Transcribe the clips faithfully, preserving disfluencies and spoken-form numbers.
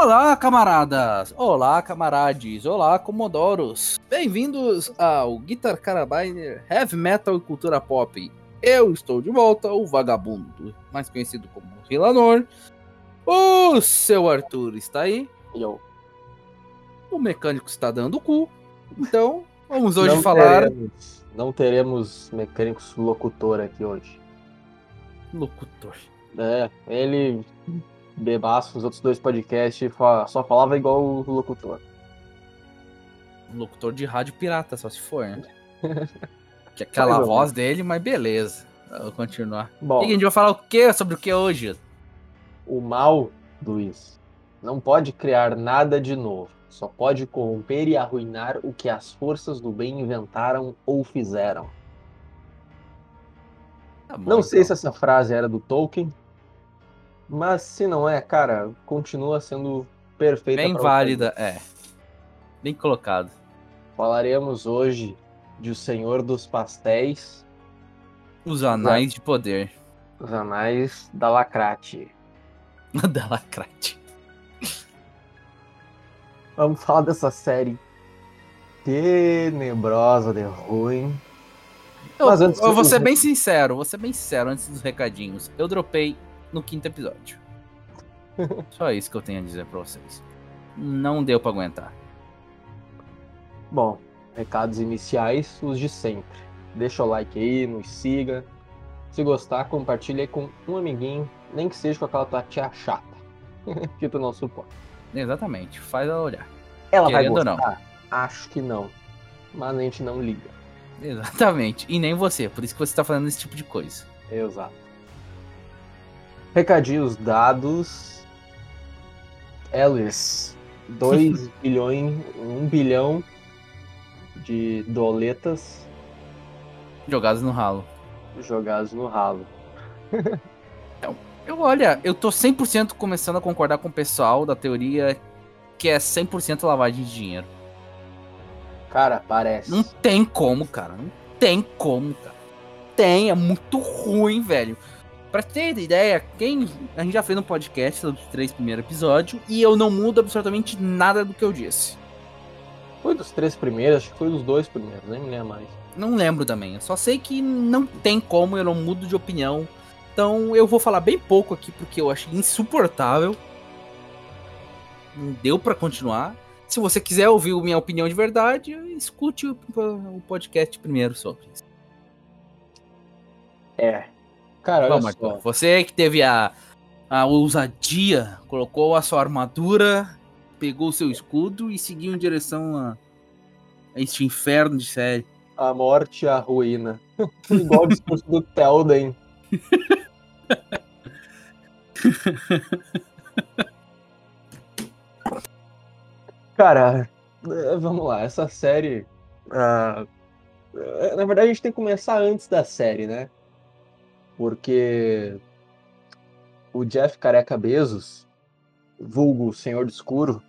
Olá, camaradas! Olá, camarades! Olá, comodoros! Bem-vindos ao Guitar Carabiner Heavy Metal e Cultura Pop. Eu estou de volta, o vagabundo, mais conhecido como Rilanor. O seu Arthur está aí. Eu. O mecânico está dando o cu. Então, vamos hoje não falar... Teremos, não teremos mecânicos locutor aqui hoje. Locutor. É, ele... bebaço, os outros dois podcasts só falava igual o locutor. Locutor de rádio pirata, só se for, né? Que é aquela voz dele, mas beleza. Vou continuar. Bom, e a gente vai falar o quê? Sobre o que hoje? O mal, Luiz, não pode criar nada de novo. Só pode corromper e arruinar o que as forças do bem inventaram ou fizeram. Tá bom, não então. sei se essa frase era do Tolkien, mas se não é, cara, continua sendo perfeita. Bem válida, é. Bem colocado. Falaremos hoje de O Senhor dos Pastéis. Os Anais Os... de Poder. Os Anais da Lacrate. da Lacrate. Vamos falar dessa série tenebrosa de ruim. Eu, Mas antes eu vou ser bem sincero, vou ser bem sincero antes dos recadinhos. Eu dropei no quinto episódio. Só isso que eu tenho a dizer pra vocês. Não deu pra aguentar. Bom, recados iniciais, os de sempre. Deixa o like aí, nos siga. Se gostar, compartilha aí com um amiguinho, nem que seja com aquela tua tia chata, que tu não suporta. Exatamente, faz ela olhar. Ela Querendo vai gostar? Ou não? Acho que não, mas a gente não liga. Exatamente, e nem você, por isso que você tá fazendo esse tipo de coisa. Exato. Recadinhos dados. Elis, dois bilhões, um bilhão de doletas jogados no ralo. Jogados no ralo. eu, eu, olha, eu tô cem por cento começando a concordar com o pessoal da teoria que é cem por cento lavagem de dinheiro. Cara, parece. Não tem como, cara. Não tem como, cara. Tem, é muito ruim, velho. Pra ter ideia, quem a gente já fez um podcast sobre os três primeiros episódios e eu não mudo absolutamente nada do que eu disse. Foi dos três primeiros? Acho que foi dos dois primeiros, nem me lembro mais. Não lembro também, eu só sei que não tem como, eu não mudo de opinião. Então eu vou falar bem pouco aqui porque eu achei insuportável. Não deu pra continuar. Se você quiser ouvir minha opinião de verdade, escute o, o podcast primeiro sobre isso. É. Cara, olha Vamos, só. Você que teve a, a ousadia, colocou a sua armadura, pegou o seu escudo e seguiu em direção a, a este inferno de série. A morte e a ruína. Igual o discurso do Telden. Cara, vamos lá. Essa série... Uh, na verdade, a gente tem que começar antes da série, né? Porque o Jeff Careca Bezos, vulgo Senhor do Escuro,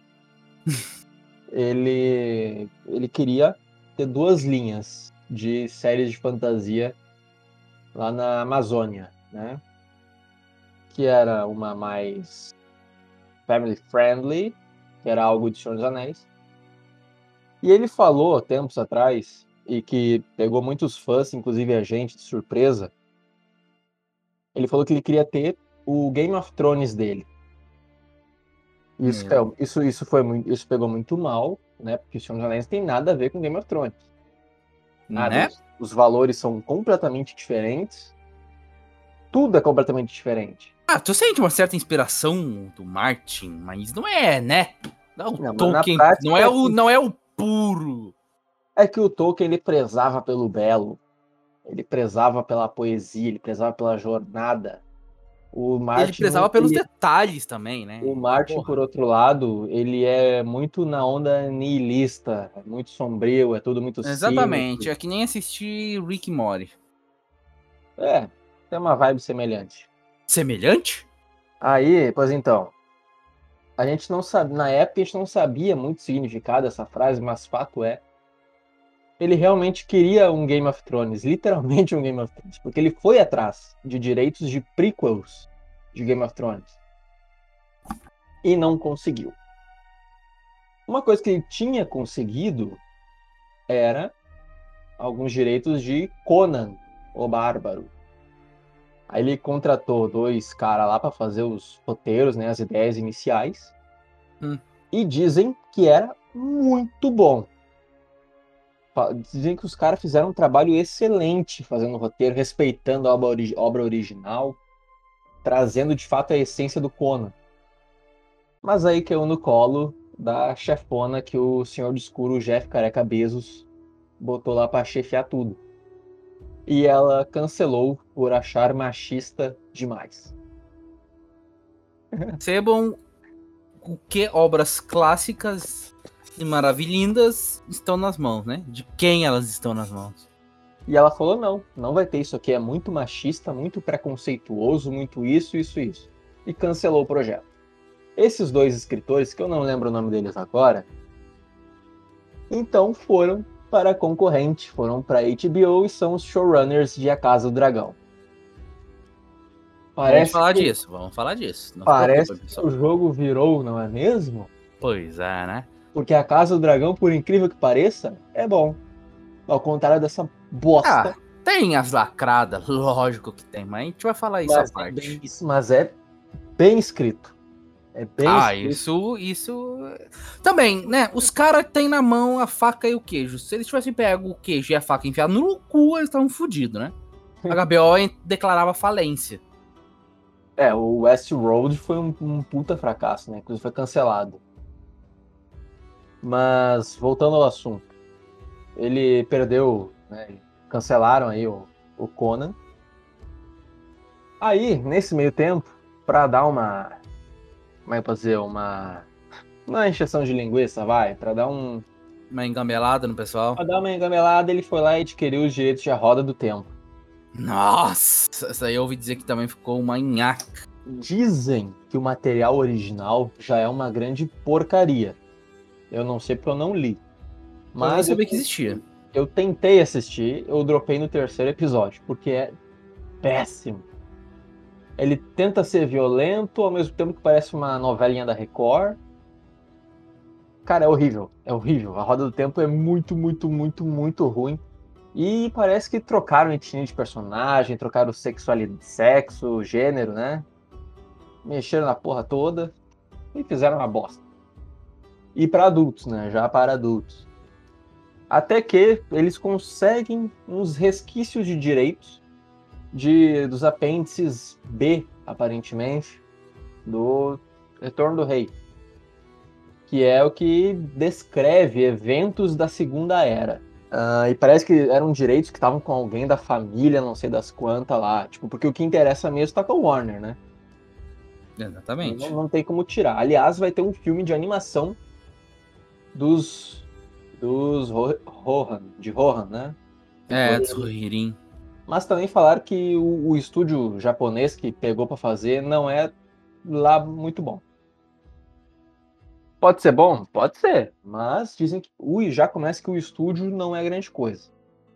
ele, ele queria ter duas linhas de séries de fantasia lá na Amazônia, né? Que era uma mais family friendly, que era algo de Senhor dos Anéis. E ele falou tempos atrás, e que pegou muitos fãs, inclusive a gente, de surpresa. Ele falou que ele queria ter o Game of Thrones dele. Isso, hum. é, isso, isso, foi muito, isso pegou muito mal, né? Porque o Senhor dos Anéis tem nada a ver com Game of Thrones. Nada. Né? Os, os valores são completamente diferentes. Tudo é completamente diferente. Ah, tu sente uma certa inspiração do Martin, mas não é, né? Não, não, Tolkien, não, é o, não é o puro. É que o Tolkien, ele prezava pelo belo. Ele prezava pela poesia, ele prezava pela jornada. O Martin, ele prezava ele, pelos detalhes também, né? O Martin, Porra. por outro lado, ele é muito na onda nihilista, é muito sombrio, é tudo muito Exatamente, cínico. É que nem assistir Rick e Morty. É, tem uma vibe semelhante. Semelhante? Aí, pois então, a gente não sabe, na época a gente não sabia muito o significado dessa frase, mas fato é, ele realmente queria um Game of Thrones, literalmente um Game of Thrones, porque ele foi atrás de direitos de prequels de Game of Thrones e não conseguiu. Uma coisa que ele tinha conseguido era alguns direitos de Conan, o Bárbaro. Aí ele contratou dois caras lá para fazer os roteiros, né, as ideias iniciais. Hum. E dizem que era muito bom. Dizem que os caras fizeram um trabalho excelente fazendo o roteiro, respeitando a obra, ori- obra original, trazendo de fato a essência do Conan. Mas aí caiu no colo da chefona que o Senhor do Escuro, o Jeff Careca Bezos, botou lá pra chefiar tudo. E ela cancelou por achar machista demais. Percebam o que obras clássicas e maravilhindas estão nas mãos, né? De quem elas estão nas mãos. E ela falou, não, não vai ter isso aqui, é muito machista, muito preconceituoso, muito isso, isso, isso. E cancelou o projeto. Esses dois escritores, que eu não lembro o nome deles agora, então foram para a concorrente, foram para a H B O e são os showrunners de A Casa do Dragão. Vamos Parece falar que, disso, vamos falar disso. Não se parece preocupa, que pessoal. o jogo virou, não é mesmo? Pois é, né? Porque A Casa do Dragão, por incrível que pareça, é bom. Ao contrário dessa bosta. Ah, tem as lacradas, lógico que tem, mas a gente vai falar isso à mas, é parte. bem, mas é bem escrito. É bem Ah, escrito. isso, isso... Também, né, os caras têm na mão a faca e o queijo. Se eles tivessem pego o queijo e a faca enfiado no cu, eles estavam fodidos, né? A H B O declarava falência. É, o Westworld foi um, um puta fracasso, né? Inclusive foi cancelado. Mas, voltando ao assunto. Ele perdeu, né? Cancelaram aí o, o Conan. Aí, nesse meio tempo, pra dar uma... Como é que eu posso dizer? Uma... Uma encheção de linguiça, vai. Pra dar um... Uma engambelada no pessoal. Pra dar uma engamelada, ele foi lá e adquiriu os direitos de A Roda do Tempo. Nossa, essa aí eu ouvi dizer que também ficou uma nhaca. Dizem que o material original já é uma grande porcaria. Eu não sei porque eu não li. Mas eu Mas sabia eu, que existia. eu tentei assistir, eu dropei no terceiro episódio, porque é péssimo. Ele tenta ser violento, ao mesmo tempo que parece uma novelinha da Record. Cara, é horrível, é horrível. A Roda do Tempo é muito, muito, muito, muito ruim. E parece que trocaram etnia de personagem, trocaram sexualidade, sexo, gênero, né? Mexeram na porra toda e fizeram uma bosta. E para adultos, né? Já para adultos. Até que eles conseguem uns resquícios de direitos de, dos apêndices B, aparentemente, do Retorno do Rei. Que é o que descreve eventos da Segunda Era. Uh, e parece que eram direitos que estavam com alguém da família, não sei das quantas lá. Tipo, porque o que interessa mesmo tá com o Warner, né? Exatamente. Não, não tem como tirar. Aliás, vai ter um filme de animação dos... dos Rohan, de Rohan, né? É, Tsuhirin. Mas também falaram que o, o estúdio japonês que pegou pra fazer não é lá muito bom. Pode ser bom? Pode ser. Mas dizem que ui, já começa que o estúdio não é grande coisa.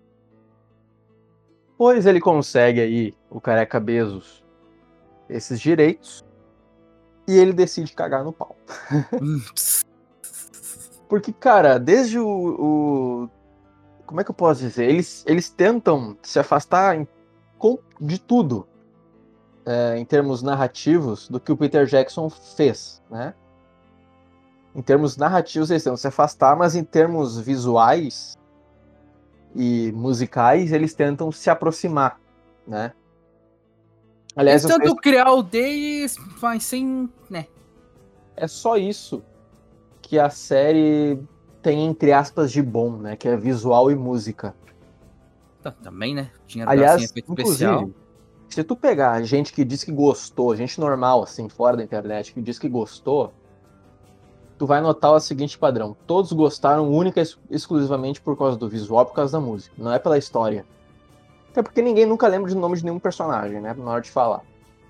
Pois ele consegue aí, o Careca Bezos, esses direitos. E ele decide cagar no pau. Porque, cara, desde o, o... Como é que eu posso dizer? Eles, eles tentam se afastar em, de tudo. É, em termos narrativos, do que o Peter Jackson fez, né? Em termos narrativos, eles tentam se afastar, mas em termos visuais e musicais, eles tentam se aproximar, né? Aliás, eles tentam criar o deles, mas sem, né? É só isso que a série tem, entre aspas, de bom, né? Que é visual e música. Também, né? Tinha Aliás, assim, efeito inclusive, especial. Se tu pegar gente que diz que gostou, gente normal, assim, fora da internet, que diz que gostou, tu vai notar o seguinte padrão. Todos gostaram única e exclusivamente por causa do visual, por causa da música. Não é pela história. Até porque ninguém nunca lembra de nome de nenhum personagem, né? Na hora de falar.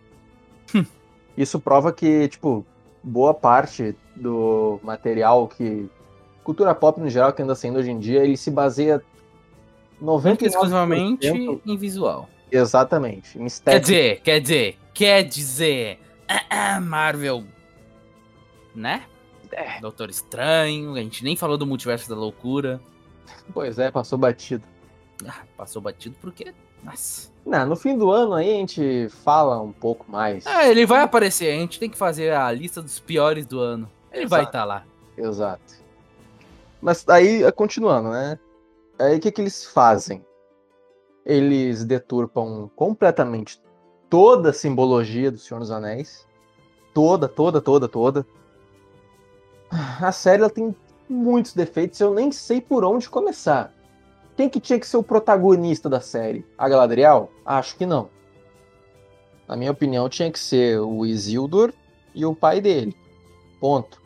Isso prova que, tipo, boa parte do material que... Cultura pop, no geral, que anda saindo hoje em dia, ele se baseia noventa e nove por cento... exclusivamente em visual. Exatamente. Quer dizer, quer dizer, quer dizer... Marvel... Né? É. Doutor Estranho, a gente nem falou do Multiverso da Loucura. Pois é, passou batido. Ah, passou batido porque... Nossa. Não, no fim do ano aí a gente fala um pouco mais. Ah, ele vai aparecer, a gente tem que fazer a lista dos piores do ano. Ele Exato. vai estar lá. Exato. Mas aí, continuando, né? Aí o que, que eles fazem? Eles deturpam completamente toda a simbologia do Senhor dos Anéis. Toda, toda, toda, toda. A série ela tem muitos defeitos, eu nem sei por onde começar. Quem que tinha que ser o protagonista da série? A Galadriel? Acho que não. Na minha opinião, tinha que ser o Isildur e o pai dele. Ponto.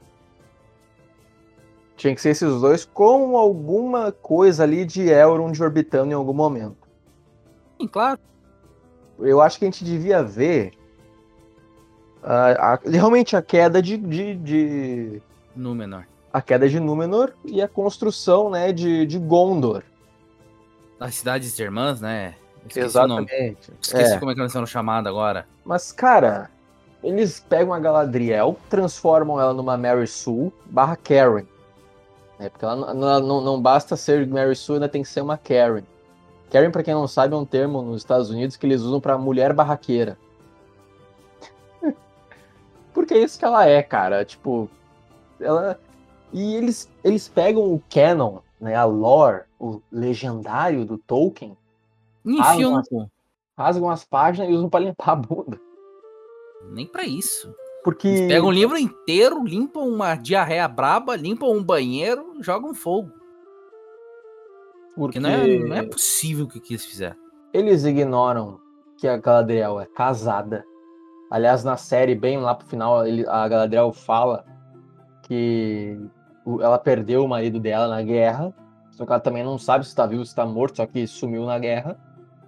Tinha que ser esses dois com alguma coisa ali de Elrond orbitando em algum momento. Sim, claro. Eu acho que a gente devia ver a, a, realmente a queda de, de, de... Númenor. A queda de Númenor e a construção, né, de, de Gondor. As cidades irmãs, né? Eu esqueci Exatamente. o nome. Esqueci É. como é que elas são chamadas agora. Mas, cara, eles pegam a Galadriel, transformam ela numa Mary Sue barra Karen. É, porque ela, ela não, não basta ser Mary Sue, ainda tem que ser uma Karen. Karen, pra quem não sabe, é um termo nos Estados Unidos que eles usam pra mulher barraqueira. Porque é isso que ela é, cara. Tipo, ela... E eles, eles pegam o canon, né, a lore, o legendário do Tolkien, Enfio rasgam no as, cu. rasgam as páginas e usam pra limpar a bunda. Nem pra isso. Porque... Eles pegam o livro inteiro, limpam uma diarreia braba, limpam um banheiro, jogam fogo. Porque Porque não é, não é possível o que, que eles fizeram. eles ignoram que a Galadriel é casada. Aliás, na série, bem lá pro final, ele, a Galadriel fala que o- ela perdeu o marido dela na guerra. Só que ela também não sabe se está vivo, se está morto, só que sumiu na guerra.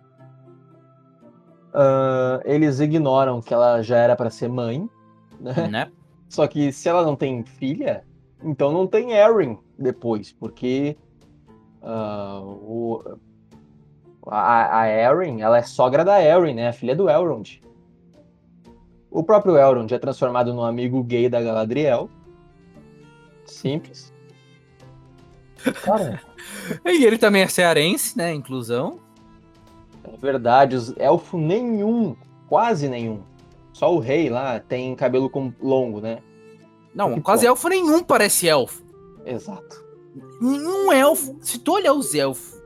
Uh, eles ignoram que ela já era para ser mãe, né? Né? Só que se ela não tem filha, então não tem Erin depois, porque uh, o, a, a Erin, ela é sogra da Erin, né? A filha do Elrond. O próprio Elrond é transformado num amigo gay da Galadriel. Simples. Cara, E ele também é cearense, né? Inclusão. é verdade, os elfo nenhum, quase nenhum. Só o rei lá tem cabelo com- longo, né? Não, Que quase pô. elfo nenhum parece elfo. Exato. Nenhum elfo. Se tu olhar os elfos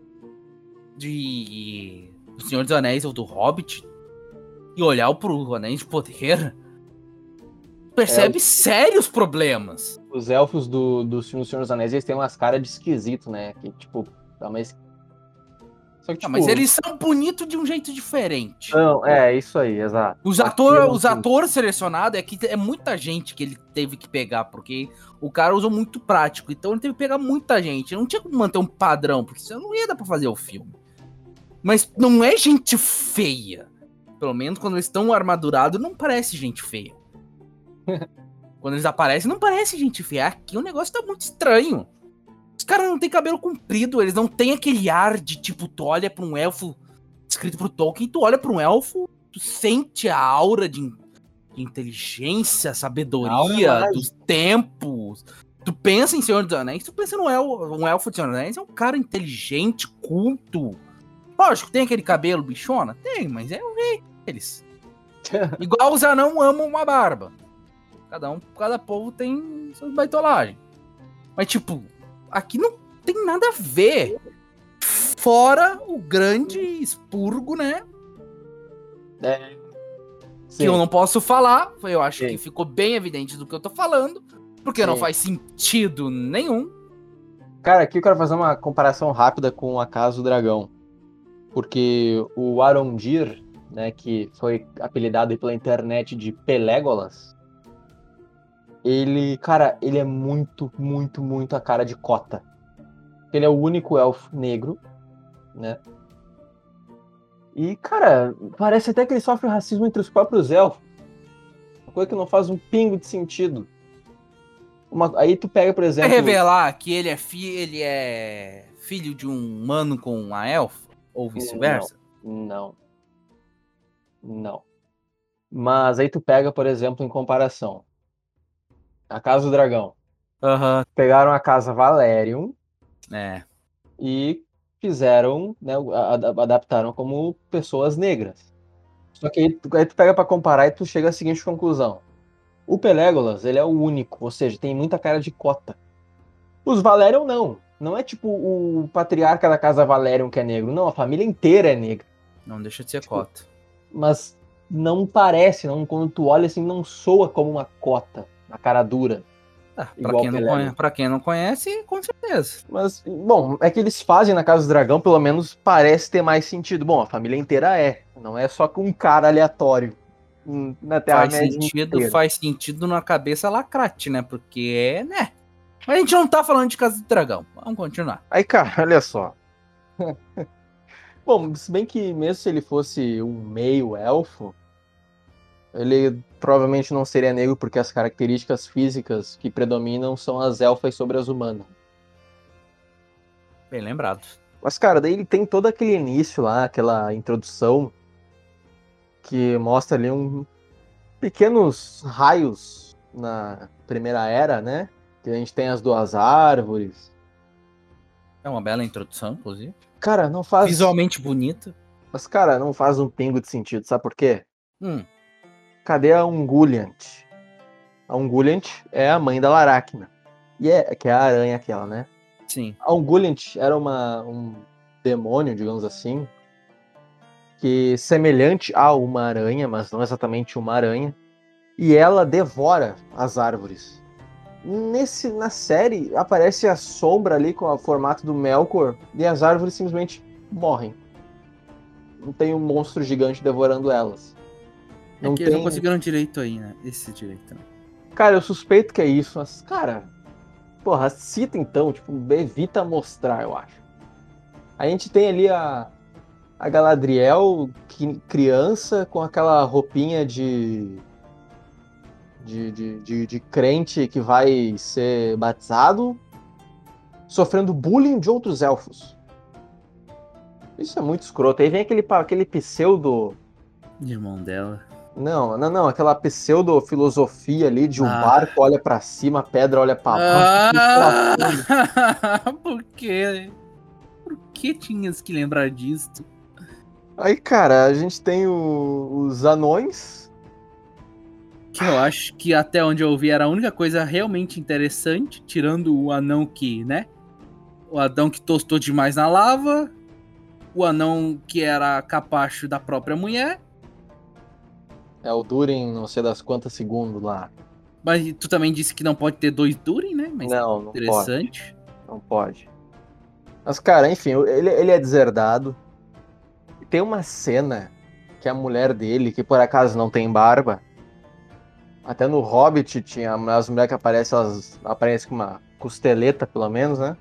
de do Senhor dos Anéis ou do Hobbit e olhar pro Anéis de Poder, percebe É, sérios problemas. Os elfos do, do filme do Senhor dos Anéis, eles têm umas caras de esquisito, né? Que, tipo, dá uma... es- Só que, tipo... Não, mas eles são bonitos de um jeito diferente. Não, é, isso aí, exato. Os Aqui atores não os tem- ator selecionados é que é muita gente que ele teve que pegar, porque o cara usou muito prático, então ele teve que pegar muita gente. Não tinha como manter um padrão, porque senão não ia dar pra fazer o filme. Mas não é gente feia. Pelo menos quando eles estão armadurados, não parece gente feia. Quando eles aparecem, não parece gente feia. Aqui o negócio tá muito estranho. Os caras não têm cabelo comprido, eles não têm aquele ar de tipo, tu olha pra um elfo escrito pro Tolkien, tu olha pra um elfo, tu sente a aura de, de inteligência, sabedoria, Aura dos tempos. Tu pensa em Senhor dos Anéis, tu pensa no elfo, um elfo de Senhor dos Anéis, é um cara inteligente, culto. Lógico, tem aquele cabelo bichona? Tem, mas é o rei deles. Igual os anão amam uma barba. Cada um, cada povo tem suas baitolagens. Mas, tipo, aqui não tem nada a ver. Fora o grande expurgo, né? É, Que eu não posso falar. Eu acho Sim. que ficou bem evidente do que eu tô falando. Porque não Sim. faz sentido nenhum. Cara, aqui eu quero fazer uma comparação rápida com a Casa do Dragão. Porque o Arondir, né, que foi apelidado aí pela internet de Pelégolas, ele, cara, ele é muito, muito, muito a cara de Cota. Ele é o único elfo negro, né? E, cara, parece até que ele sofre racismo entre os próprios elfos. Uma coisa que não faz um pingo de sentido. Uma... Aí tu pega, por Vai exemplo... revelar que ele é, fi ele é filho de um humano com uma elfa? Ou vice-versa? Não. Não. Mas aí tu pega, por exemplo, em comparação. A Casa do Dragão. Aham. Pegaram a Casa Valerium É. e fizeram, né, a- a- adaptaram como pessoas negras. Só que aí, tu- aí tu pega pra comparar e tu chega à seguinte conclusão. O Pelégolas, ele é o único, ou seja, tem muita cara de cota. Os Valerion não. Não é tipo o patriarca da Casa Valerion que é negro. Não, a família inteira é negra. Não deixa de ser Tipo, cota. Mas não parece, não, quando tu olha assim, não soa como uma cota, na cara dura. Ah, pra, Igual quem não Pelélogo. conhece, pra quem não conhece, com certeza. Mas, bom, é que eles fazem na Casa do Dragão, pelo menos parece ter mais sentido. Bom, a família inteira é. Não é só com um cara aleatório hum, na Faz Terra-média sentido, inteira. faz sentido na cabeça lacrate, né? Porque é, né? Mas a gente não tá falando de Casa do Dragão. Vamos continuar. Aí, cara, olha só. Bom, se bem que mesmo se ele fosse um meio elfo, ele provavelmente não seria negro porque as características físicas que predominam são as elfas sobre as humanas. Bem lembrado. Mas, cara, daí ele tem todo aquele início lá, aquela introdução que mostra ali um pequenos raios na Primeira Era, né? Que a gente tem as duas árvores. É uma bela introdução, inclusive. Cara, não faz... Visualmente bonita. Mas, cara, não faz um pingo de sentido, sabe por quê? Hum, Cadê a Ungoliant? A Ungoliant é a mãe da Laracna. E é, que é a aranha aquela, né? sim. A Ungoliant era uma, um demônio, digamos assim, que semelhante a uma aranha, mas não exatamente uma aranha, e ela devora as árvores. Nesse, na série aparece a sombra ali com o formato do Melkor e as árvores simplesmente morrem. Não tem um monstro gigante devorando elas. Não é que eles tem... não conseguiram direito aí, né? Esse direito, né? Cara, eu suspeito que é isso, mas, cara, porra, cita então, tipo, evita mostrar, eu acho. A gente tem ali a, a Galadriel, que, criança, com aquela roupinha de de, de, de, de crente que vai ser batizado, sofrendo bullying de outros elfos. Isso é muito escroto. Aí vem aquele, aquele pseudo... Irmão dela. Não, não, não. Aquela pseudo-filosofia ali de o Ah. barco olha pra cima, a pedra olha pra baixo. Ah, por quê? Por que tinhas que lembrar disso? Aí, cara, a gente tem o, os anões. Que eu acho que até onde eu ouvi era a única coisa realmente interessante, tirando o anão que, né? O anão que tostou demais na lava, o anão que era capacho da própria mulher. É o Durin, não sei das quantas segundos lá. Mas tu também disse que não pode ter dois Durin, né? Mas não, não interessante. pode. Não pode. Mas, cara, enfim, ele, ele é deserdado. Tem uma cena que a mulher dele, que por acaso não tem barba, até no Hobbit tinha as mulheres que aparecem, elas aparecem com uma costeleta, pelo menos, né?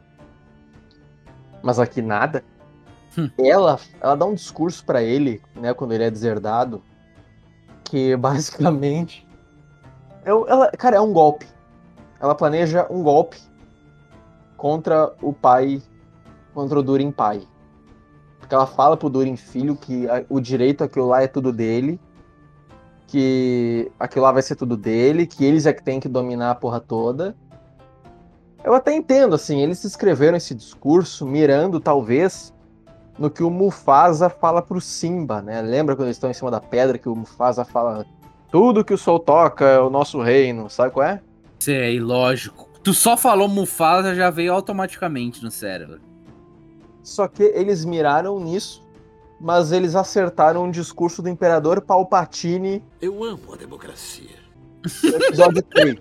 Mas aqui nada. Hum. Ela, ela dá um discurso pra ele, né, quando ele é deserdado, que basicamente é, ela, cara, é um golpe. Ela planeja um golpe contra o pai, contra o Durin pai. Porque ela fala pro Durin filho que a, o direito àquilo lá é tudo dele, que aquilo lá vai ser tudo dele, que eles é que tem que dominar a porra toda. Eu até entendo, assim, eles escreveram esse discurso mirando, talvez, no que o Mufasa fala pro Simba, né? Lembra quando eles estão em cima da pedra que o Mufasa fala tudo que o sol toca é o nosso reino, sabe qual é? Sei, lógico. Tu só falou Mufasa, já veio automaticamente no cérebro. Só que eles miraram nisso, mas eles acertaram o discurso do Imperador Palpatine. Eu amo a democracia. No episódio três.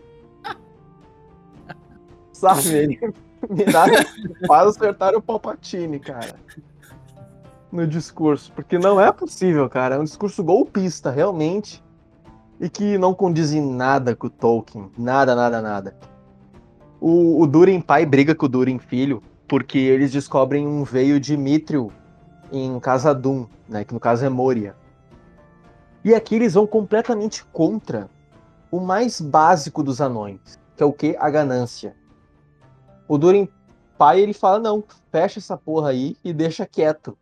Sabe? Eles miraram para acertar o Palpatine, cara. No discurso. Porque não é possível, cara. É um discurso golpista, realmente. E que não condiz em nada com o Tolkien. Nada, nada, nada. O, o Durin pai briga com o Durin filho porque eles descobrem um veio de Mithril em Khazad-dûm, né, que no caso é Moria. E aqui eles vão completamente contra o mais básico dos anões, que é o que? A ganância. O Durin pai, ele fala, não, fecha essa porra aí e deixa quieto.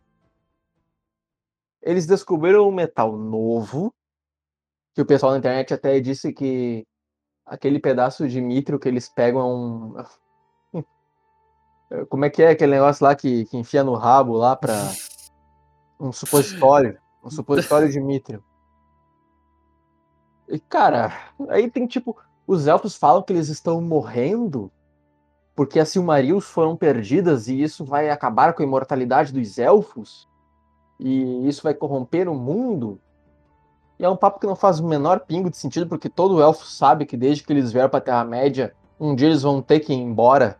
Eles descobriram um metal novo, que o pessoal na internet até disse que aquele pedaço de mithril que eles pegam é um... Como é que é aquele negócio lá que, que enfia no rabo lá pra... Um supositório. Um supositório de mithril. E, cara, aí tem tipo... Os elfos falam que eles estão morrendo porque as Silmarils foram perdidas e isso vai acabar com a imortalidade dos elfos. E isso vai corromper o mundo. E é um papo que não faz o menor pingo de sentido, porque todo elfo sabe que desde que eles vieram pra Terra-média, um dia eles vão ter que ir embora.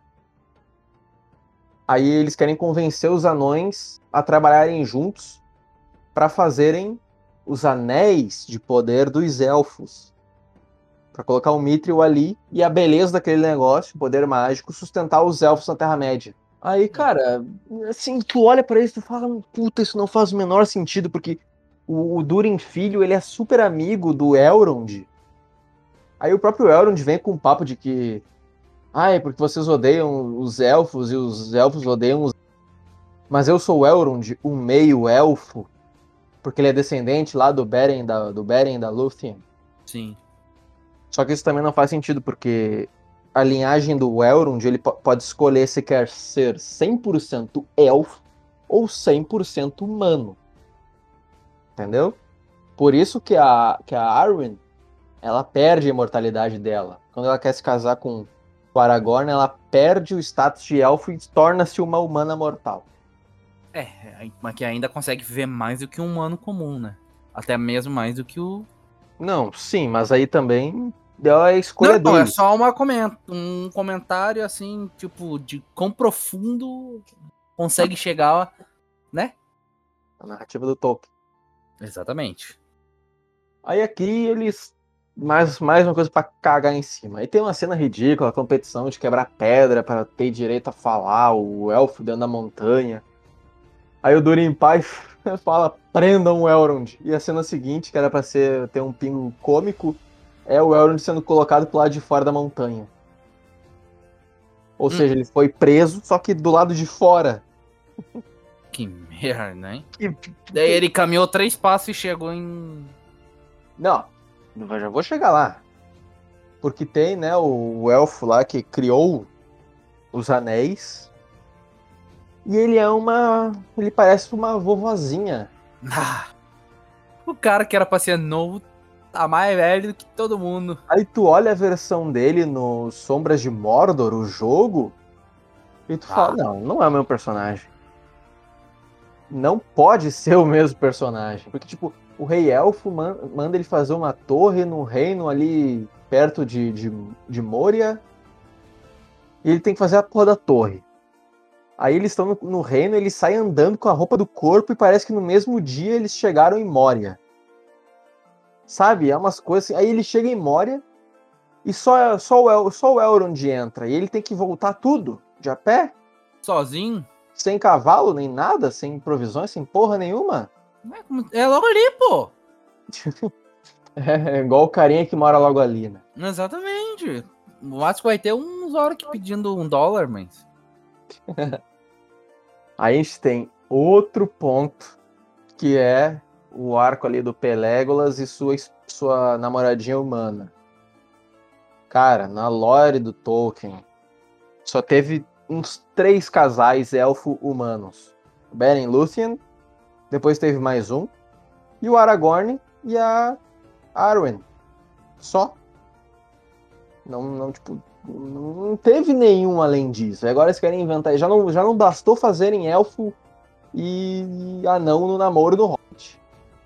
Aí eles querem convencer os anões a trabalharem juntos para fazerem os anéis de poder dos elfos. Para colocar o mithril ali e a beleza daquele negócio, o poder mágico, sustentar os elfos na Terra-média. Aí, cara, assim, tu olha pra isso e tu fala, puta, isso não faz o menor sentido, porque o, o Durin Filho, ele é super amigo do Elrond. Aí o próprio Elrond vem com um papo de que, ai, porque vocês odeiam os elfos e os elfos odeiam os... Mas eu sou o Elrond, o meio-elfo, porque ele é descendente lá do Beren da, do Beren da Lúthien. Sim. Só que isso também não faz sentido, porque a linhagem do Elrond, ele pode escolher se quer ser cem por cento elfo ou cem por cento humano. Entendeu? Por isso que a, que a Arwen, ela perde a imortalidade dela. Quando ela quer se casar com o Aragorn, ela perde o status de elfo e torna-se uma humana mortal. É, mas que ainda consegue viver mais do que um humano comum, né? Até mesmo mais do que o... Não, sim, mas aí também deu a escolha Não, dele. é só uma coment... um comentário, assim, tipo, de quão profundo consegue chegar, né? A narrativa do Tolkien. Exatamente. Aí aqui eles... Mais, mais uma coisa pra cagar em cima. Aí tem uma cena ridícula, a competição de quebrar pedra pra ter direito a falar, o elfo dentro da montanha. Aí o Durin Pai fala, prendam o Elrond. E a cena seguinte, que era pra ser, ter um pingo cômico, é o Elrond sendo colocado pro lado de fora da montanha. Ou Hum. seja, ele foi preso, só que do lado de fora. Que merda, hein? E... Daí ele caminhou três passos e chegou em... Não, eu já vou chegar lá. Porque tem, né, o, o elfo lá que criou os anéis. E ele é uma... Ele parece uma vovozinha. Ah, o cara que era pra ser novo tá mais velho do que todo mundo. Aí tu olha a versão dele no Sombras de Mordor, o jogo, e tu Ah. fala, não, não é o mesmo personagem. Não pode ser o mesmo personagem. Porque, tipo, o Rei Elfo man- manda ele fazer uma torre no reino ali perto de, de, de Moria. E ele tem que fazer a porra da torre. Aí eles estão no, no reino, ele sai andando com a roupa do corpo e parece que no mesmo dia eles chegaram em Moria. Sabe? É umas coisas assim. Aí ele chega em Moria e só, só, o, El, só o Elrond entra. E ele tem que voltar tudo de a pé. Sozinho? Sem cavalo, nem nada, sem provisões, sem porra nenhuma. É, como... é logo ali, pô. É igual o carinha que mora logo ali, né? Exatamente. O máximo vai ter uns Orc pedindo um dólar, mas... Aí a gente tem outro ponto, que é o arco ali do Pelégolas e sua, sua namoradinha humana. Cara, na lore do Tolkien, só teve uns três casais elfo-humanos. Beren Lúthien, depois teve mais um, e o Aragorn e a Arwen. Só. Não, não, tipo, não teve nenhum além disso. Agora eles querem inventar. Já não, já não bastou fazerem elfo e anão no namoro no Hobbit.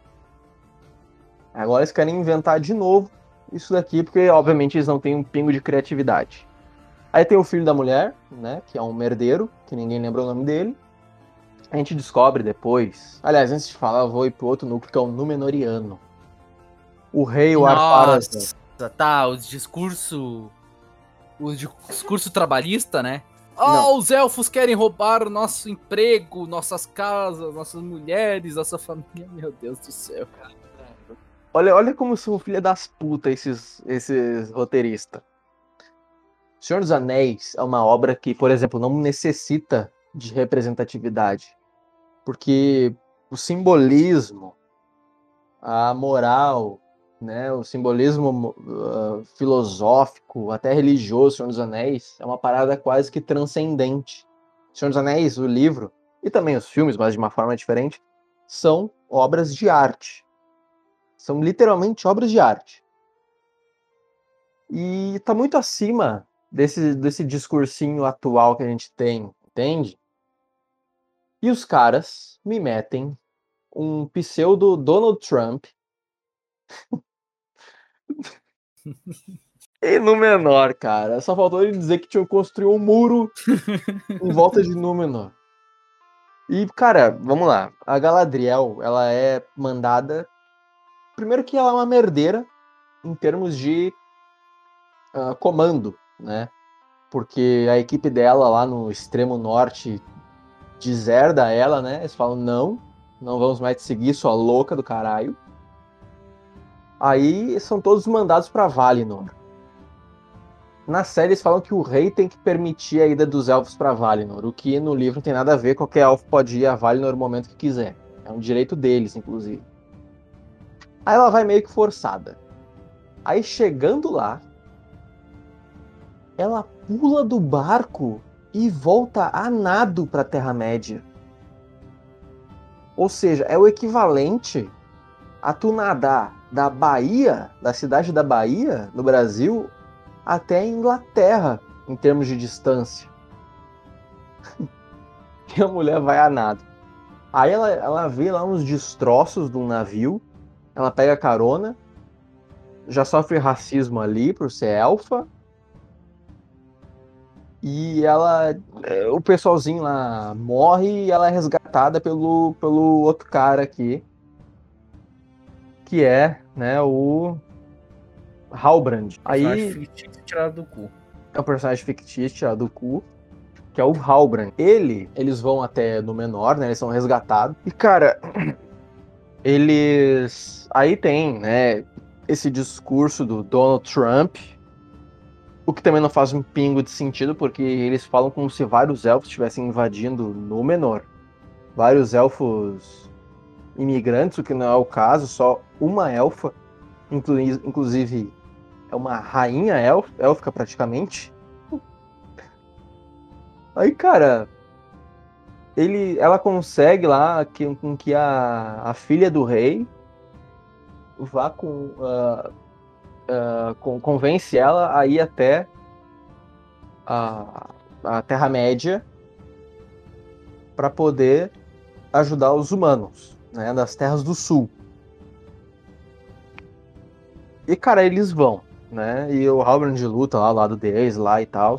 Agora eles querem inventar de novo isso daqui, porque obviamente eles não têm um pingo de criatividade. Aí tem o filho da mulher, né, que é um merdeiro, que ninguém lembra o nome dele. A gente descobre depois... Aliás, antes de falar, eu vou ir pro outro núcleo, que é o Númenoriano. O rei, o Ar-Pharazôn. Nossa, tá, o discurso... O discurso trabalhista, né? Não. Oh, os elfos querem roubar o nosso emprego, nossas casas, nossas mulheres, nossa família. Meu Deus do céu, cara. Olha, olha como são filha das putas esses, esses roteiristas. Senhor dos Anéis é uma obra que, por exemplo, não necessita de representatividade. Porque o simbolismo, a moral, né, o simbolismo uh, filosófico, até religioso, Senhor dos Anéis, é uma parada quase que transcendente. Senhor dos Anéis, o livro, e também os filmes, mas de uma forma diferente, são obras de arte. São literalmente obras de arte. E tá muito acima desse, desse discursinho atual que a gente tem, entende? E os caras me metem um pseudo Donald Trump e Númenor, cara. Só faltou ele dizer que tinha construído um muro em volta de Númenor. E, cara, vamos lá. A Galadriel, ela é mandada... Primeiro que ela é uma merdeira em termos de uh, comando, né? Porque a equipe dela lá no extremo norte deserda ela, né? Eles falam, não, não vamos mais te seguir, sua louca do caralho. Aí são todos mandados pra Valinor. Na série eles falam que o rei tem que permitir a ida dos elfos pra Valinor, o que no livro não tem nada a ver, qualquer elfo pode ir a Valinor no momento que quiser. É um direito deles, inclusive. Aí ela vai meio que forçada. Aí chegando lá, ela pula do barco e volta a nado pra Terra-média. Ou seja, é o equivalente a tu nadar da Bahia, da cidade da Bahia, no Brasil, até a Inglaterra, em termos de distância. E a mulher vai a nado. Aí ela, ela vê lá uns destroços de um navio, ela pega carona, já sofre racismo ali por ser elfa, e ela, o pessoalzinho lá morre e ela é resgatada pelo, pelo outro cara aqui, que é, né, o Halbrand. Aí fictício tirado do cu. É um personagem fictício tirado do cu, que é o Halbrand. Ele, eles vão até Númenor, né, eles são resgatados. E, cara, eles... Aí tem, né, esse discurso do Donald Trump, o que também não faz um pingo de sentido, porque eles falam como se vários elfos estivessem invadindo Númenor. Vários elfos imigrantes, o que não é o caso, só uma elfa, inclu- inclusive é uma rainha elf, élfica praticamente. Aí, cara, ele, ela consegue lá que, com que a, a filha do rei vá com... Uh, uh, com convence ela a ir até a, a Terra-média para poder ajudar os humanos, né, das Terras do Sul. E, cara, eles vão, né? E o Halbrand luta lá ao lado deles lá e tal.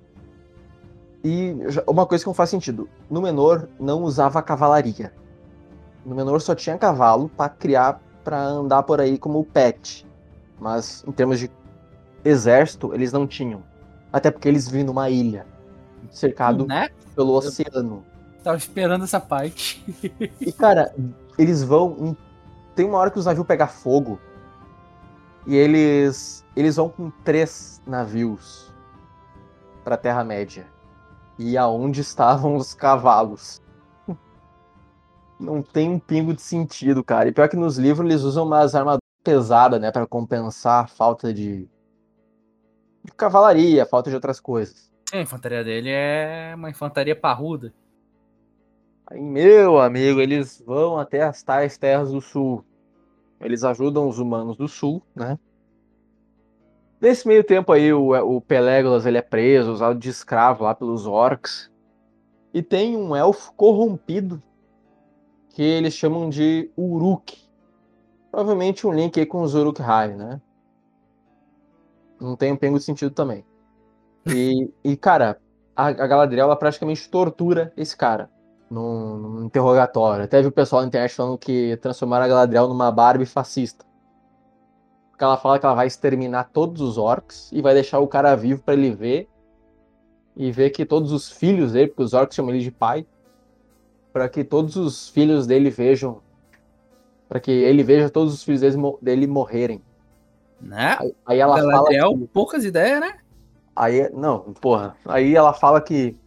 E uma coisa que não faz sentido. Númenor não usava cavalaria. Númenor só tinha cavalo para criar, para andar por aí como pet. Mas em termos de exército, eles não tinham. Até porque eles vivem numa ilha, cercado Né? pelo oceano. Tava esperando essa parte. E, cara, eles vão... Em... Tem uma hora que os navios pegam fogo. E eles... Eles vão com três navios pra Terra-média. E aonde estavam os cavalos? Não tem um pingo de sentido, cara. E pior que nos livros eles usam umas armaduras pesadas, né? Pra compensar a falta de... de cavalaria, a falta de outras coisas. A infantaria dele é uma infantaria parruda. Aí, meu amigo, eles vão até as tais terras do sul. Eles ajudam os humanos do sul, né? Nesse meio tempo aí, o, o Pelégolas, ele é preso, usado de escravo lá pelos orcs. E tem um elfo corrompido que eles chamam de Uruk. Provavelmente um link aí com os Uruk-hai, né? Não tem um pingo de sentido também. E, e cara, a, a Galadriel, ela praticamente tortura esse cara num, num interrogatório. Até vi o pessoal na internet falando que transformaram a Galadriel numa Barbie fascista. Porque ela fala que ela vai exterminar todos os orcs e vai deixar o cara vivo pra ele ver. E ver que todos os filhos dele, porque os orcs chamam ele de pai, para que todos os filhos dele vejam, para que ele veja todos os filhos dele, dele morrerem. Né? Aí, aí ela Galadriel, fala que... poucas ideias, né? Aí, não, porra. Aí ela fala que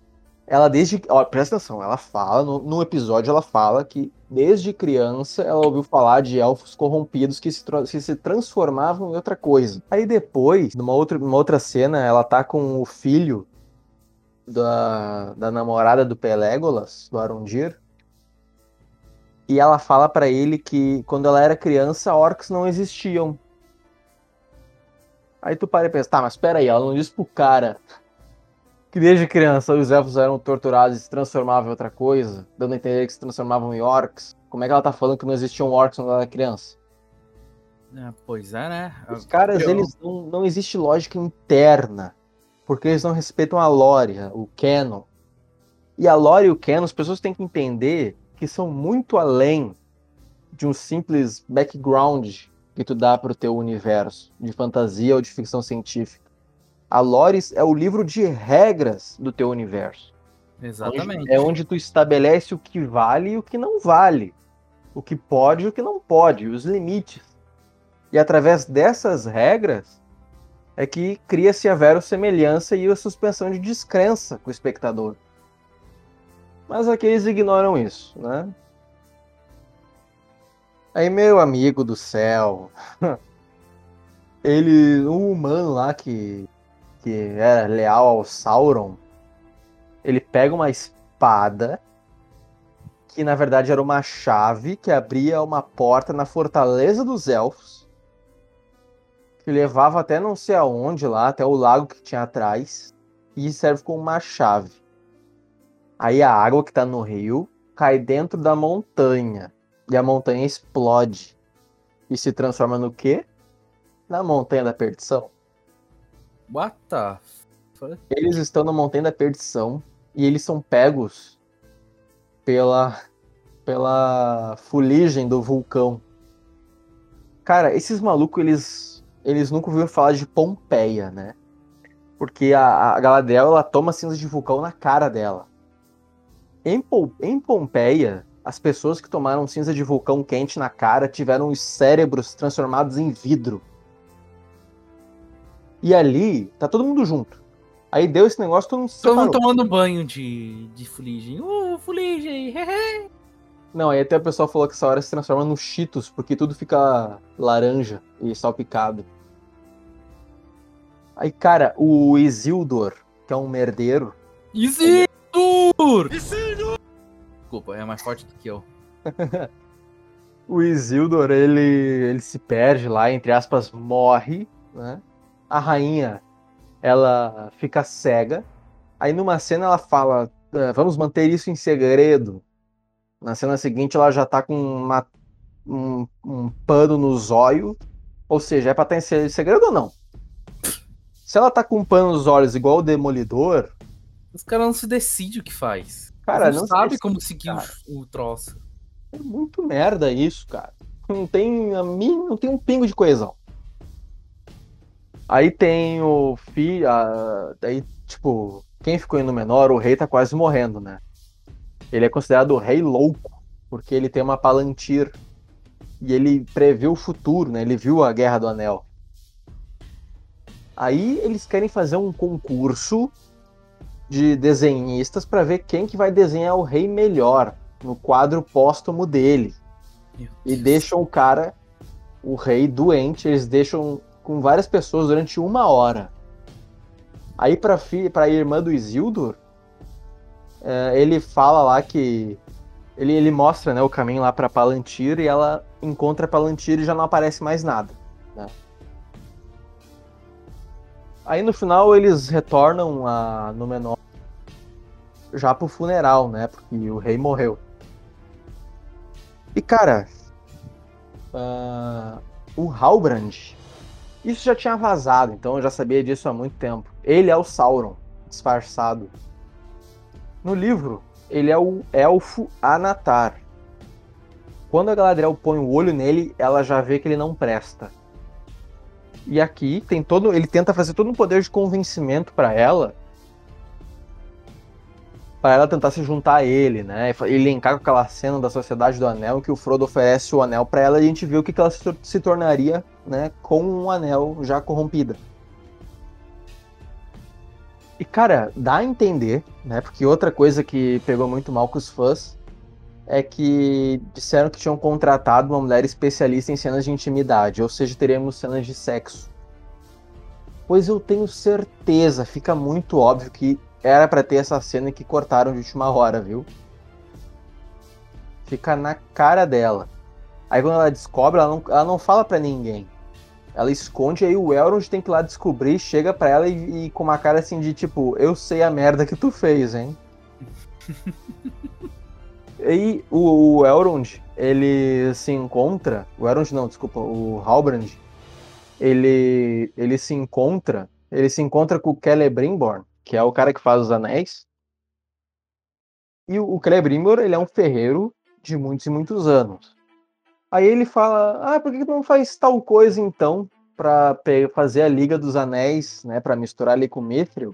ela desde... Ó, presta atenção, ela fala, no, no episódio ela fala que desde criança ela ouviu falar de elfos corrompidos que se, que se transformavam em outra coisa. Aí depois, numa outra, numa outra cena, ela tá com o filho da, da namorada do Pelégolas, do Arondir, e ela fala pra ele que quando ela era criança, orcs não existiam. Aí tu para e pensa, tá, mas peraí, ela não disse pro cara que desde criança os elfos eram torturados e se transformavam em outra coisa, dando a entender que se transformavam em orcs. Como é que ela tá falando que não existiam orcs quando ela era criança? É, pois é, né? Os caras, Eu... eles não, não existe lógica interna, porque eles não respeitam a lore, o canon. E a lore e o canon, as pessoas têm que entender que são muito além de um simples background que tu dá pro teu universo, de fantasia ou de ficção científica. A lore é o livro de regras do teu universo. Exatamente. Onde, é onde tu estabelece o que vale e o que não vale. O que pode e o que não pode, os limites. E através dessas regras é que cria-se a verossemelhança e a suspensão de descrença com o espectador. Mas aqui eles ignoram isso, né? Aí, meu amigo do céu, ele, um humano lá que, que era leal ao Sauron, ele pega uma espada que na verdade era uma chave que abria uma porta na Fortaleza dos Elfos, que levava até não sei aonde lá, até o lago que tinha atrás, e serve como uma chave. Aí a água que tá no rio cai dentro da montanha, e a montanha explode, e se transforma no quê? Na Montanha da Perdição. What the fuck? Eles estão na Montanha da Perdição, e eles são pegos pela, pela fuligem do vulcão. Cara, esses malucos, eles, eles nunca ouviram falar de Pompeia, né? Porque a, a Galadriel, ela toma cinza de vulcão na cara dela. Em, em Pompeia, as pessoas que tomaram cinza de vulcão quente na cara tiveram os cérebros transformados em vidro. E ali, tá todo mundo junto. Aí deu esse negócio, todo mundo se Todo separou. mundo tomando banho de, de fuligem. Uh, fuligem! Hehe. Não, aí até o pessoal falou que essa hora se transforma no Cheetos, porque tudo fica laranja e salpicado. Aí, cara, o Isildur, que é um merdeiro... Isildur! Isildur! Desculpa, é mais forte do que eu. O Isildur, ele, ele se perde lá, entre aspas, morre, né? A rainha, ela fica cega. Aí numa cena ela fala, vamos manter isso em segredo. Na cena seguinte ela já tá com uma, um, um pano no zóio. Ou seja, é pra estar em segredo ou não? Se ela tá com um pano nos olhos igual o Demolidor... Os caras não se decidem o que faz. Cara, Eles não, não sabe se como decide, seguir cara. o, o troço. É muito merda isso, cara. Não tem, a mim, não tem um pingo de coesão. Aí tem o filho... Daí, tipo, quem ficou indo menor, o rei tá quase morrendo, né? Ele é considerado o rei louco, porque ele tem uma Palantir. E ele prevê o futuro, né? Ele viu a Guerra do Anel. Aí eles querem fazer um concurso de desenhistas para ver quem que vai desenhar o rei melhor no quadro póstumo dele. E deixam o cara, o rei, doente. Eles deixam com várias pessoas durante uma hora. Aí pra, fi, pra irmã do Isildur, é, ele fala lá que... Ele, ele mostra, né, o caminho lá pra Palantir e ela encontra Palantir e já não aparece mais nada, né? Aí no final eles retornam a Númenor já pro funeral, né? Porque o rei morreu. E cara, uh, o Halbrand, isso já tinha vazado, então eu já sabia disso há muito tempo. Ele é o Sauron, disfarçado. No livro, ele é o elfo Anatar. Quando a Galadriel põe o olho nele, ela já vê que ele não presta. E aqui tem todo, ele tenta fazer todo um poder de convencimento para ela, para ela tentar se juntar a ele, né? E linkar com aquela cena da Sociedade do Anel, que o Frodo oferece o anel para ela e a gente vê o que ela se, se tornaria, né, com um anel já corrompida. E, cara, dá a entender, né? Porque outra coisa que pegou muito mal com os fãs é que disseram que tinham contratado uma mulher especialista em cenas de intimidade, ou seja, teremos cenas de sexo. Pois eu tenho certeza, fica muito óbvio que era pra ter essa cena que cortaram de última hora, viu? Fica na cara dela. Aí quando ela descobre, ela não, ela não fala pra ninguém. Ela esconde, aí o Elrond tem que ir lá descobrir, chega pra ela e, e com uma cara assim de tipo, eu sei a merda que tu fez, hein? E o, o Elrond, ele se encontra... O Elrond não, desculpa, o Halbrand, ele, ele se encontra... Ele se encontra com o Celebrimbor, que é o cara que faz os anéis. E o, o Celebrimbor, ele é um ferreiro de muitos e muitos anos. Aí ele fala, ah, por que tu não faz tal coisa então, pra pe- fazer a Liga dos Anéis, né, pra misturar ali com o Mithril?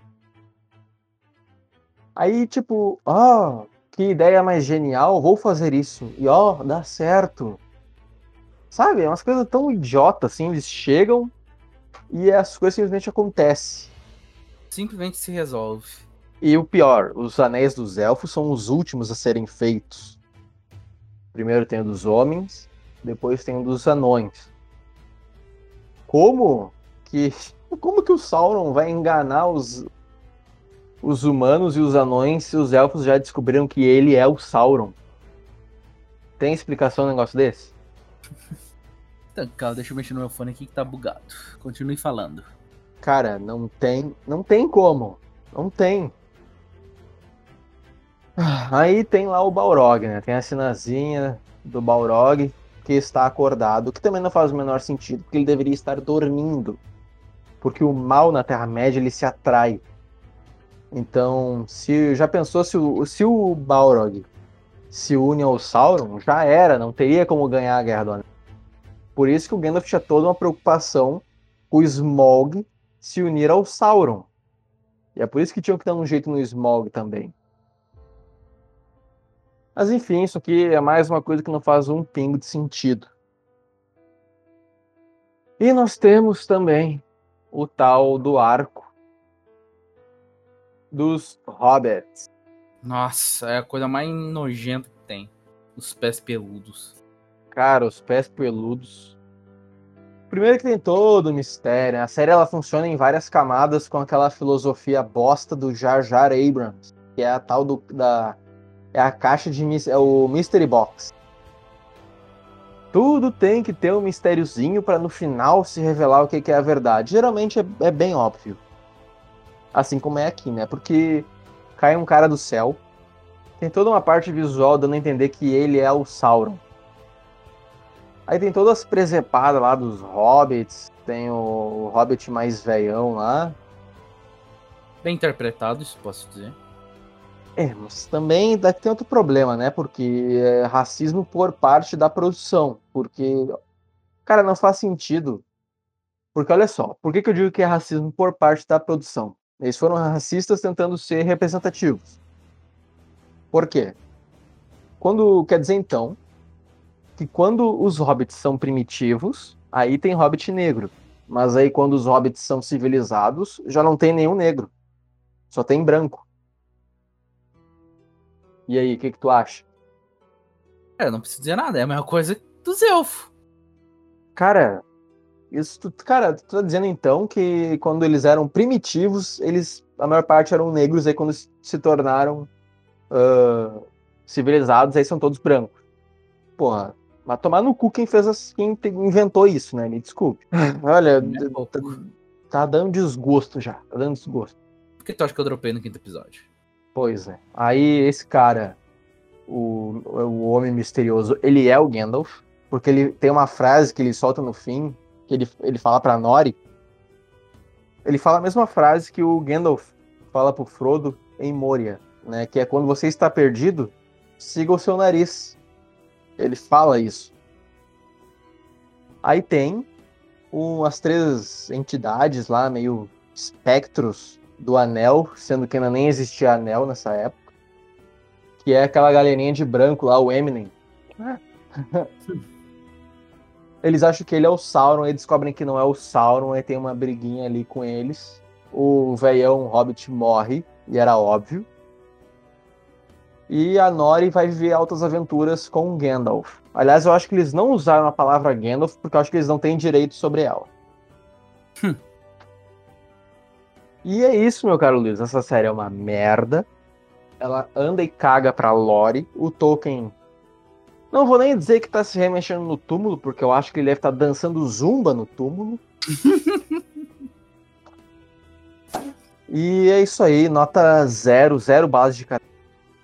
Aí, tipo, ó, que ideia mais genial, vou fazer isso. E ó, dá certo. Sabe, é umas coisas tão idiotas, assim, eles chegam e as coisas simplesmente acontecem. Simplesmente se resolve. E o pior, os Anéis dos Elfos são os últimos a serem feitos. Primeiro tem o dos homens, depois tem o dos anões. Como que, como que o Sauron vai enganar os, os humanos e os anões se os elfos já descobriram que ele é o Sauron? Tem explicação um negócio desse? Então, calma, deixa eu mexer no meu fone aqui que tá bugado. Continue falando. Cara, não tem, não tem como. Não tem. Aí tem lá o Balrog, né? Tem a cenazinha do Balrog que está acordado, que também não faz o menor sentido, porque ele deveria estar dormindo. Porque o mal na Terra-média, ele se atrai. Então, se já pensou se o, se o Balrog se une ao Sauron, já era, não teria como ganhar a Guerra do Anel. Por isso que o Gandalf tinha toda uma preocupação com o Smaug se unir ao Sauron. E é por isso que tinham que dar um jeito no Smaug também. Mas enfim, isso aqui é mais uma coisa que não faz um pingo de sentido. E nós temos também o tal do arco dos Hobbits. Nossa, é a coisa mais nojenta que tem. Os pés peludos. Cara, os pés peludos. Primeiro que tem todo o mistério, né? A série ela funciona em várias camadas com aquela filosofia bosta do Jar Jar Abrams, que é a tal do, da... é a caixa de... é o Mystery Box. Tudo tem que ter um mistériozinho para no final se revelar o que, que é a verdade. Geralmente é, é bem óbvio. Assim como é aqui, né? Porque cai um cara do céu, tem toda uma parte visual dando a entender que ele é o Sauron. Aí tem todas as presepadas lá dos hobbits, tem o, o hobbit mais velhão lá. Bem interpretado, isso posso dizer. É, mas também daqui tem outro problema, né? Porque é racismo por parte da produção. Porque, cara, não faz sentido. Porque olha só, por que, que eu digo que é racismo por parte da produção? Eles foram racistas tentando ser representativos. Por quê? Quando, quer dizer então, que quando os hobbits são primitivos, aí tem hobbit negro. Mas aí quando os hobbits são civilizados, já não tem nenhum negro. Só tem branco. E aí, o que, que tu acha? É, não preciso dizer nada, é a mesma coisa dos elfos. Cara, isso tu, cara, tu tá dizendo então que quando eles eram primitivos, eles, a maior parte eram negros, aí quando se tornaram uh, civilizados, aí são todos brancos. Porra, mas tomar no cu quem fez as, quem inventou isso, né? Me desculpe. Olha, É tá, tá dando desgosto já, tá dando desgosto. Por que tu acha que eu dropei no quinto episódio? Pois é. Aí esse cara, o, o Homem Misterioso, ele é o Gandalf, porque ele tem uma frase que ele solta no fim, que ele, ele fala pra Nori. Ele fala a mesma frase que o Gandalf fala pro Frodo em Moria, né? Que é quando você está perdido, siga o seu nariz. Ele fala isso. Aí tem umas três entidades lá, meio espectros do anel, sendo que ainda nem existia anel nessa época. Que é aquela galerinha de branco lá, o Eminem. Eles acham que ele é o Sauron, e descobrem que não é o Sauron, e tem uma briguinha ali com eles. o velhão Hobbit morre, e era óbvio. E a Nori vai viver altas aventuras com Gandalf. Aliás, eu acho que eles não usaram a palavra Gandalf, porque eu acho que eles não têm direito sobre ela. Hum. E é isso, meu caro Luiz. Essa série é uma merda. Ela anda e caga pra lore. O Tolkien... Não vou nem dizer que tá se remexendo no túmulo, porque eu acho que ele deve estar dançando zumba no túmulo. E é isso aí, nota zero, zero base de cara.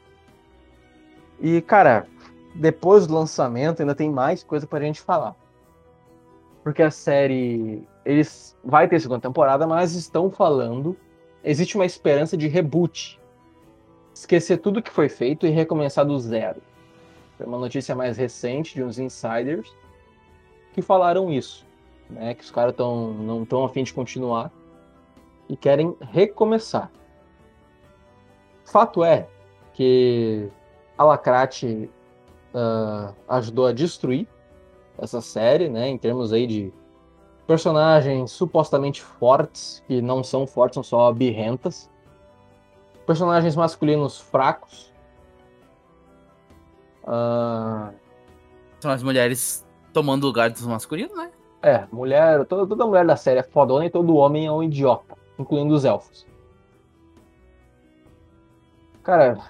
E, cara, depois do lançamento ainda tem mais coisa pra gente falar. Porque a série, eles vai ter segunda temporada, mas estão falando, existe uma esperança de reboot. Esquecer tudo que foi feito e recomeçar do zero. Foi uma notícia mais recente de uns insiders que falaram isso, né? Que os caras tão, não estão a fim de continuar e querem recomeçar. Fato é que a Lacrate uh, ajudou a destruir essa série, né? Em termos aí de personagens supostamente fortes, que não são fortes, são só birrentas. Personagens masculinos fracos. Uh... São as mulheres tomando lugar dos masculinos, né? É, mulher, toda, toda mulher da série é fodona e todo homem é um idiota, incluindo os elfos. Cara,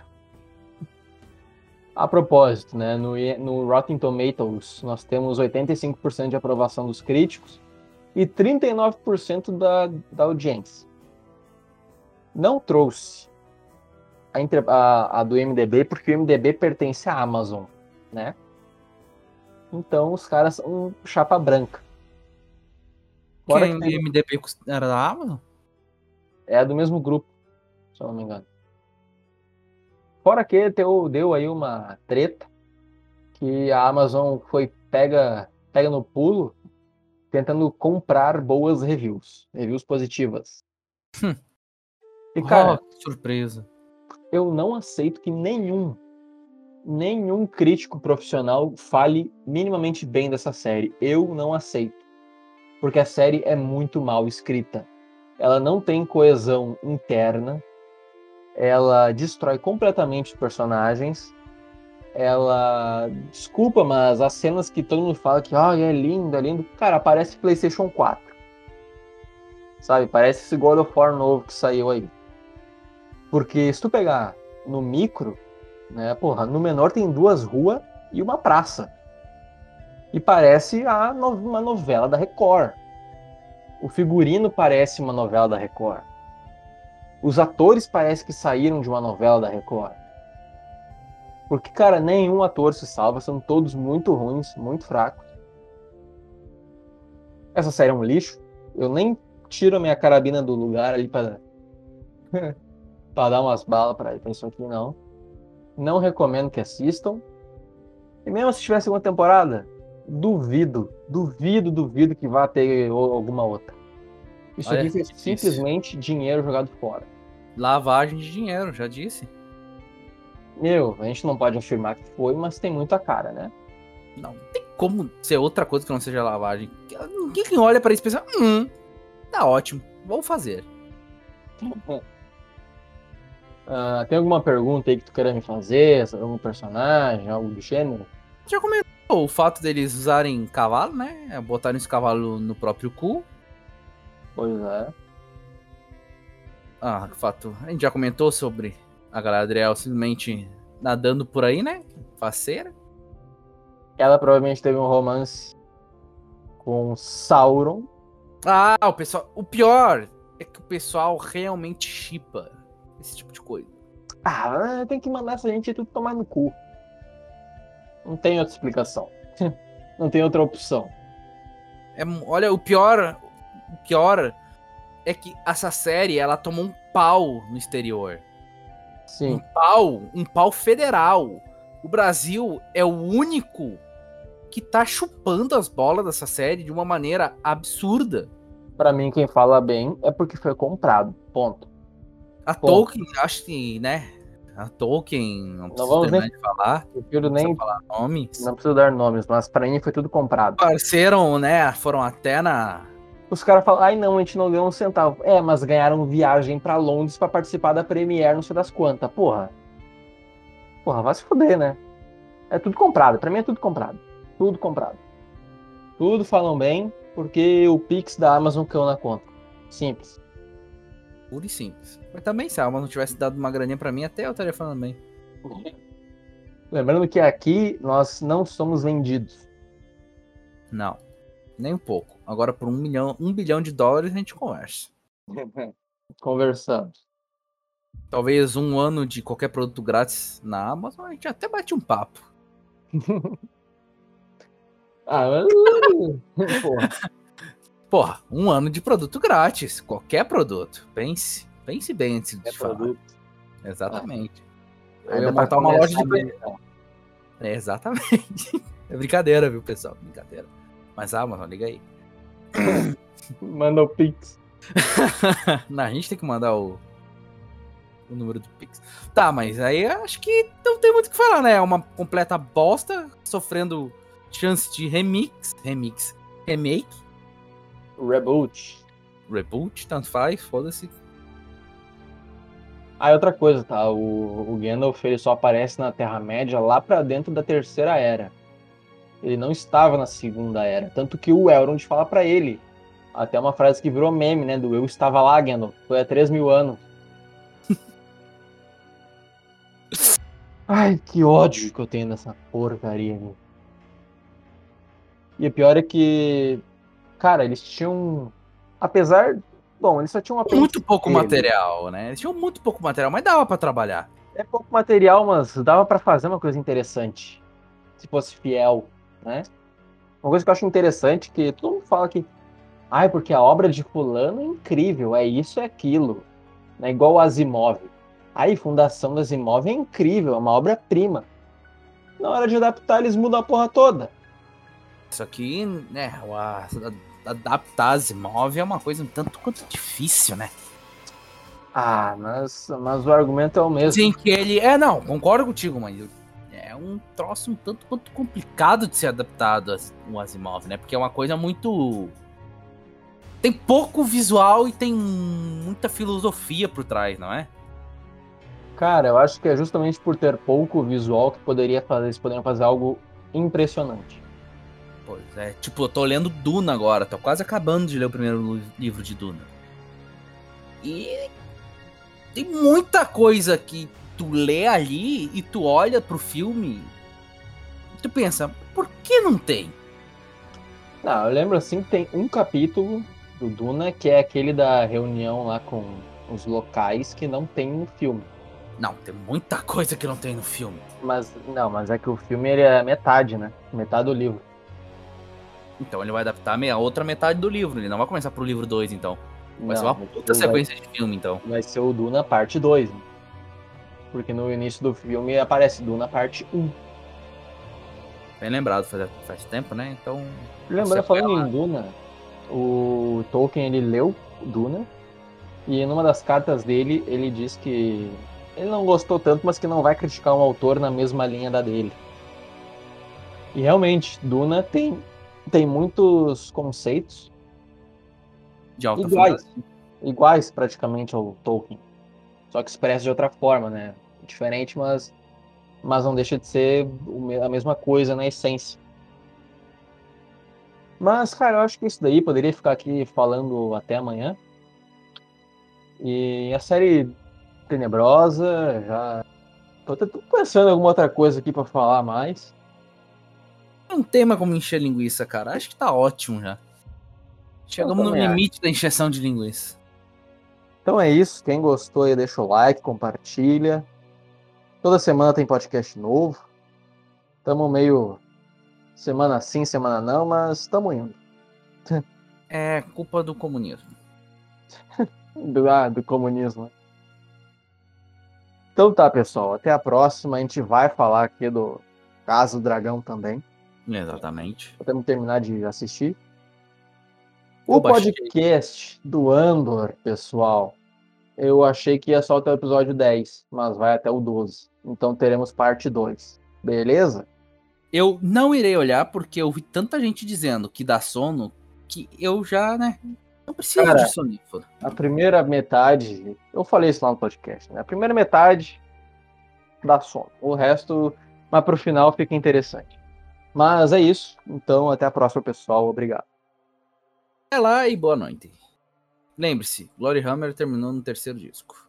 a propósito, né, no, no Rotten Tomatoes nós temos oitenta e cinco por cento de aprovação dos críticos e trinta e nove por cento da, da audiência. Não trouxe a, a, a do M D B, porque o M D B pertence à Amazon, né? Então os caras são chapa branca. Fora Quem que tem... M D B era da Amazon? É do mesmo grupo, se eu não me engano. Fora que deu, deu aí uma treta que a Amazon foi pega, pega no pulo tentando comprar boas reviews, reviews positivas. Hum. E cara, oh, que surpresa. Eu não aceito que nenhum, nenhum crítico profissional fale minimamente bem dessa série. Eu não aceito. Porque a série é muito mal escrita. Ela não tem coesão interna. Ela destrói completamente os personagens. Ela... Desculpa, mas as cenas que todo mundo fala que oh, é lindo, é lindo. Cara, parece PlayStation quatro. Sabe? Parece esse God of War novo que saiu aí. Porque se tu pegar no micro, né, porra, no menor tem duas ruas e uma praça. E parece a no... uma novela da Record. O figurino parece uma novela da Record. Os atores parecem que saíram de uma novela da Record. Porque, cara, nenhum ator se salva, são todos muito ruins, muito fracos. Essa série é um lixo. Eu nem tiro a minha carabina do lugar ali pra, pra dar umas balas pra isso aqui, não. Não recomendo que assistam. E mesmo se tivesse uma temporada, duvido, duvido, duvido que vá ter alguma outra. Isso Olha, aqui foi simplesmente dinheiro jogado fora. Lavagem de dinheiro, já disse. Meu, a gente não pode afirmar que foi, mas tem muita cara, né? Não tem como ser outra coisa que não seja lavagem. Ninguém olha pra isso e pensa, hum, tá ótimo, vou fazer. Uh, tem alguma pergunta aí que tu queira me fazer? Algum personagem, algo do gênero? Já comentou o fato deles usarem cavalo, né? Botarem esse cavalo no próprio cu. Pois é. Ah, fato. A gente já comentou sobre a Galadriel simplesmente nadando por aí, né? Faceira. Ela provavelmente teve um romance com Sauron. Ah, o pessoal. O pior é que o pessoal realmente shippa esse tipo de coisa. Ah, tem que mandar essa gente tudo tomar no cu. Não tem outra explicação. Não tem outra opção. É, olha, o pior. O pior é que essa série, ela tomou um pau no exterior. Sim. Um pau, um pau federal. O Brasil é o único que tá chupando as bolas dessa série de uma maneira absurda. Pra mim, quem fala bem é porque foi comprado. Ponto. A Ponto. Tolkien, acho que, né? A Tolkien, não Não preciso vamos terminar nem... de falar. Prefiro Não nem... precisa falar nomes. Não preciso dar nomes, mas pra mim foi tudo comprado. Apareceram, né? Foram até na, Os caras falam, ai não, a gente não ganhou um centavo. É, mas ganharam viagem pra Londres pra participar da Premiere, não sei das quantas. Porra. Porra, vai se fuder, né? É tudo comprado, pra mim é tudo comprado. Tudo comprado. Tudo falam bem, porque o Pix da Amazon caiu na conta. Simples. Puro e simples. Mas também, se a Amazon tivesse dado uma graninha pra mim, até eu estaria falando bem. Lembrando que aqui nós não somos vendidos. Não. Nem um pouco. Agora por um milhão, um bilhão de dólares a gente conversa. Conversamos. Talvez um ano de qualquer produto grátis na Amazon, a gente até bate um papo. Ah, mas... Porra. Porra, um ano de produto grátis. Qualquer produto. Pense. Pense bem antes de É falar. produto. Exatamente. Ah. Eu ia montar uma loja de... É, exatamente. É brincadeira, viu, pessoal? Brincadeira. Mas Amazon, liga aí. Manda o Pix. Não, a gente tem que mandar o... o número do Pix. Tá, mas aí acho que não tem muito o que falar, né? É uma completa bosta, sofrendo chance de remix, remix, remake, Reboot. reboot, tanto faz, foda-se. Ah, e outra coisa, tá? O, o Gandalf ele só aparece na Terra-média lá pra dentro da Terceira Era. Ele não estava na Segunda Era. Tanto que o Elrond fala pra ele. Até uma frase que virou meme, né? Do eu estava lá, Gandalf. Foi há três mil anos. Ai, que ódio que eu tenho dessa porcaria, meu. E o pior é que, cara, eles tinham. Apesar. Bom, eles só tinham um apêndice Muito pouco dele. material, né? Eles tinham muito pouco material, mas dava pra trabalhar. É pouco material, mas dava pra fazer uma coisa interessante. Se fosse fiel, né? Uma coisa que eu acho interessante que todo mundo fala que. Ai, porque a obra de fulano é incrível, é isso, é aquilo. É igual o Asimov. Aí, Fundação do Asimov é incrível, é uma obra-prima. Na hora de adaptar, eles mudam a porra toda. Isso aqui, né, o a- adaptar Asimov é uma coisa um tanto quanto difícil, né? Ah, mas, mas o argumento é o mesmo. Dizem que ele... É, não, concordo contigo, mas é um troço um tanto quanto complicado de ser adaptado o Asimov, né? Porque é uma coisa muito... Tem pouco visual e tem muita filosofia por trás, não é? Cara, eu acho que é justamente por ter pouco visual que poderia fazer, eles poderiam fazer algo impressionante. Pois é, tipo, eu tô lendo Duna agora, tô quase acabando de ler o primeiro livro de Duna. E tem muita coisa que tu lê ali e tu olha pro filme e tu pensa, por que não tem? Não, eu lembro assim que tem um capítulo do Duna que é aquele da reunião lá com os locais que não tem no filme. Não, tem muita coisa que não tem no filme. Mas, não, mas é que o filme ele é metade, né? Metade do livro. Então ele vai adaptar a meia- a outra metade do livro, ele não vai começar pro livro dois, então. Vai ser Não, uma puta vai- sequência de filme, então. Vai ser o Duna parte dois, né? Porque no início do filme aparece Duna parte um. Bem lembrado, faz, faz tempo, né? Então... Lembrando, a falando sequela- em Duna, o Tolkien ele leu Duna e numa das cartas dele ele diz que ele não gostou tanto, mas que não vai criticar um autor na mesma linha da dele. E realmente, Duna tem, tem muitos conceitos de alta iguais, fantasia. iguais praticamente ao Tolkien, só que expressa de outra forma, né? Diferente, mas, mas não deixa de ser o me- a mesma coisa na essência. Mas, cara, eu acho que isso daí poderia ficar aqui falando até amanhã. E a série Tenebrosa, já tô, tô pensando em alguma outra coisa aqui pra falar mais. Não tem mais como encher linguiça, cara. Acho que tá ótimo já. Chegamos no também acho. limite da encheção de linguiça. Então é isso. Quem gostou aí, deixa o like, compartilha. Toda semana tem podcast novo. Tamo meio semana sim, semana não, mas tamo indo. É culpa do comunismo. Do, ah, do comunismo. né? Então tá, pessoal. Até a próxima. A gente vai falar aqui do Caso do Dragão também. Exatamente. Podemos terminar de assistir. Eu O baixei. podcast do Andor, pessoal, eu achei que ia só até o episódio dez, mas vai até o doze. Então teremos parte dois. Beleza? Eu não irei olhar porque eu vi tanta gente dizendo que dá sono que eu já, né, não preciso Cara, de sonífero. A primeira metade, eu falei isso lá no podcast, né? A primeira metade dá sono. O resto, mas pro final fica interessante. Mas é isso. Então, até a próxima, pessoal. Obrigado. Até lá e boa noite. Lembre-se, Glory Hammer terminou no terceiro disco.